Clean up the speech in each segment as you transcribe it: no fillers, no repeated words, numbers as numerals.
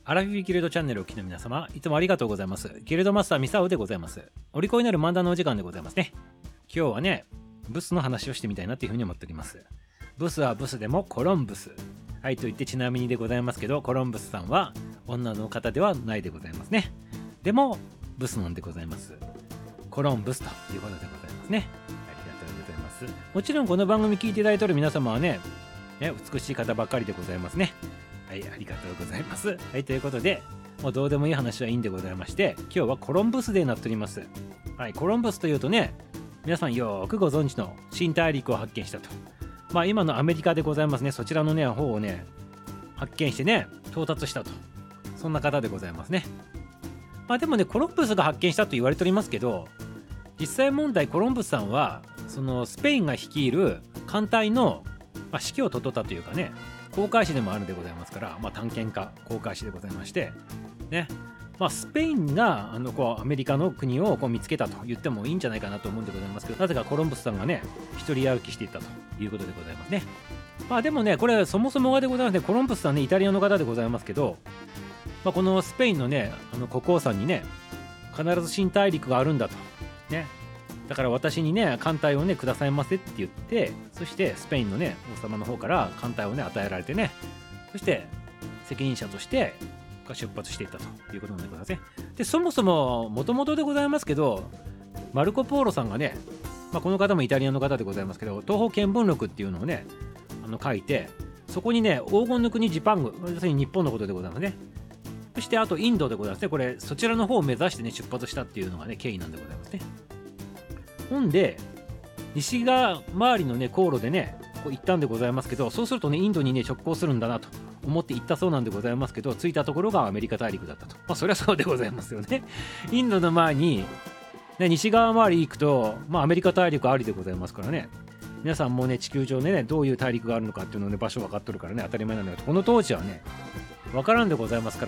アラフィフギルドチャンネルをお聞きの皆様、いつもありがとうございます。ギルドマスターミサオでございます。お利口になる漫談のお時間でございますね。今日はね、ブスの話をしてみたいなというふうに思っております。ブスはブスでもコロンブス。はいと言ってちなみにでございますけど、コロンブスさんは女の方ではないでございますね。でも、ブスなんでございます。コロンブスということでございますね。ありがとうございます。もちろんこの番組聞いていただいている皆様はね、美しい方ばっかりでございますね。はい、ありがとうございます。はい、ということで、もうどうでもいい話はいいんでございまして、今日はコロンブスデーになっております。はい、コロンブスというとね、皆さんよくご存知の新大陸を発見したと。まあ今のアメリカでございますね、そちらのね、方をね、発見してね、到達したと。そんな方でございますね。まあでもね、コロンブスが発見したと言われておりますけど、実際問題コロンブスさんは、そのスペインが率いる艦隊の、指揮を執ったというかね、航海士でもあるでございますから、探検家航海士でございましてね、スペインがこうアメリカの国をこう見つけたと言ってもいいんじゃないかなと思うんでございますけど、なぜかコロンブスさんがね一人歩きしていったということでございますね。でもね、これそもそもがでございますね。コロンブスさんね、イタリアの方でございますけど、このスペインのね国王さんにね、必ず新大陸があるんだとね、だから私にね艦隊をねくださいませって言って、そしてスペインのね王様の方から艦隊をね与えられてね、そして責任者として出発していったということなんでございますね。でそもそも元々でございますけど、マルコ・ポーロさんがね、この方もイタリアの方でございますけど、東方見聞録っていうのをね書いて、そこにね黄金の国ジパング、要するに日本のことでございますね。そしてあとインドでございますね。これそちらの方を目指してね出発したっていうのがね経緯なんでございますね。ほんで西側周りのね航路でねこう行ったんでございますけど、そうするとねインドにね直行するんだなと思って行ったそうなんでございますけど、着いたところがアメリカ大陸だったと。そりゃそうでございますよね。インドの前に、ね、西側周り行くと、アメリカ大陸ありでございますからね。皆さんもね地球上でねどういう大陸があるのかっていうのをね場所分かっとるからね当たり前なんだけど、この当時はね分からんでございますから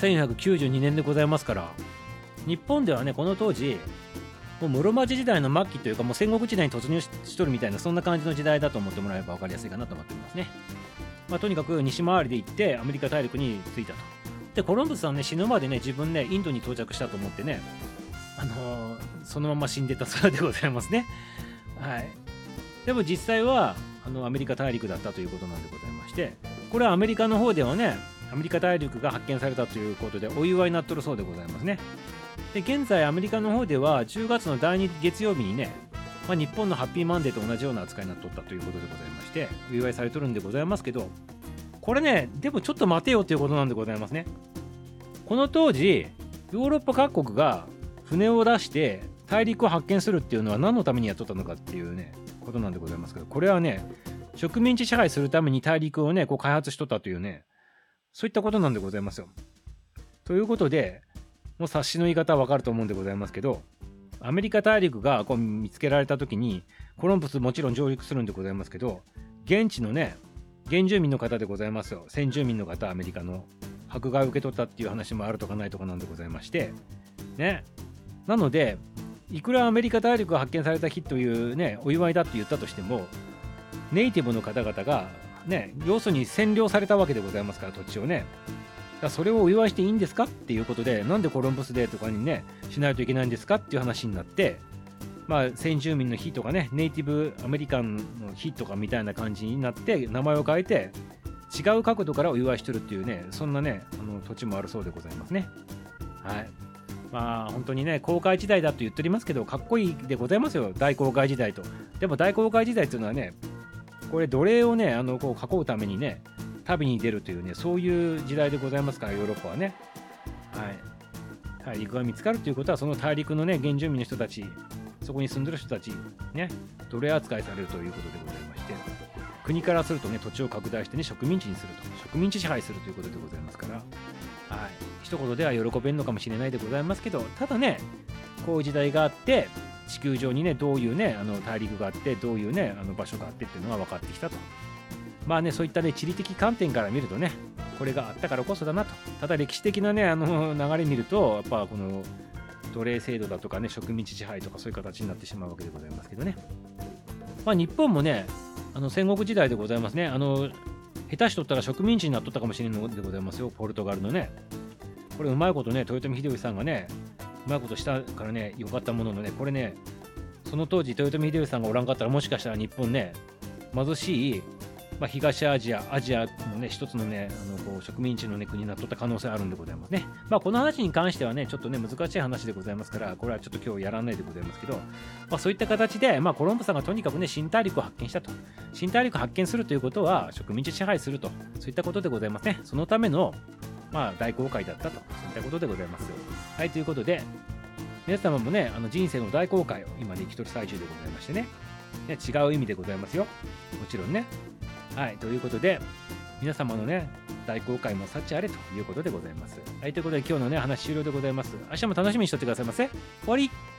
、1492年でございますから、日本ではねこの当時もう室町時代の末期というか、もう戦国時代に突入 しとるみたいな、そんな感じの時代だと思ってもらえば分かりやすいかなと思っておりますね。とにかく西回りで行ってアメリカ大陸に着いたと。でコロンブスさんね死ぬまでね自分ねインドに到着したと思ってね、そのまま死んでたそうでございますね。はい。でも実際はアメリカ大陸だったということなんでございまして、これはアメリカの方ではねアメリカ大陸が発見されたということでお祝いになっとるそうでございますね。で現在アメリカの方では10月の第2月曜日にね、日本のハッピーマンデーと同じような扱いになっとったということでございまして、お祝いされとるんでございますけど、これねでもちょっと待てよということなんでございますね。この当時ヨーロッパ各国が船を出して大陸を発見するっていうのは何のためにやっとったのかっていうねことなんでございますけど、これはね植民地支配するために大陸をねこう開発しとったというね、そういったことなんでございますよ。ということで、もう察しの言い方は分かると思うんでございますけど、アメリカ大陸がこう見つけられた時にコロンブスもちろん上陸するんでございますけど、現地のね原住民の方でございますよ、先住民の方、アメリカの迫害を受け取ったっていう話もあるとかないとかなんでございましてね。なのでいくらアメリカ大陸が発見された日というねお祝いだって言ったとしても、ネイティブの方々がね要するに占領されたわけでございますから、土地をね。それをお祝いしていいんですかっていうことで、なんでコロンブスデーとかにねしないといけないんですかっていう話になって、先住民の日とかねネイティブアメリカンの日とかみたいな感じになって名前を変えて違う角度からお祝いしてるっていうね、そんなね土地もあるそうでございますね。はい。本当にね航海時代だと言っておりますけど、かっこいいでございますよ、大航海時代と。でも大航海時代っていうのはね、これ奴隷をねこう囲うためにね旅に出るというね、そういう時代でございますから、ヨーロッパはね。はい。大陸が見つかるということは、その大陸のね原住民の人たち、そこに住んでる人たちね奴隷扱いされるということでございまして、国からするとね土地を拡大してね植民地にすると、植民地支配するということでございますから、はい。一言では喜べんのかもしれないでございますけど、ただねこういう時代があって、地球上にねどういうね大陸があって、どういうね場所があってっていうのが分かってきたと。そういったね地理的観点から見るとね、これがあったからこそだなと。ただ歴史的なね流れ見ると、やっぱこの奴隷制度だとかね植民地支配とかそういう形になってしまうわけでございますけどね。日本もね戦国時代でございますね。 下手しとったら植民地になっとったかもしれんのでございますよ、ポルトガルのね。これうまいことね、豊臣秀吉さんがね、うまいことしたからね、よかったもののね、これね、その当時豊臣秀吉さんがおらんかったら、もしかしたら日本ね、貧しい、東アジアのね、一つのね、こう植民地の、ね、国になっとった可能性あるんでございますね。この話に関してはね、ちょっとね、難しい話でございますから、これはちょっと今日やらないでございますけど、そういった形で、コロンブさんがとにかくね、新大陸を発見したと。新大陸を発見するということは、植民地支配すると。そういったことでございますね。そのための、大航海だったと。そういったことでございます。はい、ということで、皆様もね、人生の大航海を今ね、生きとる最中でございましてね、違う意味でございますよ。もちろんね。はい、ということで、皆様のね、大航海も幸あれということでございます。はい、ということで今日のね、話終了でございます。明日も楽しみにしとってくださいませ。終わり。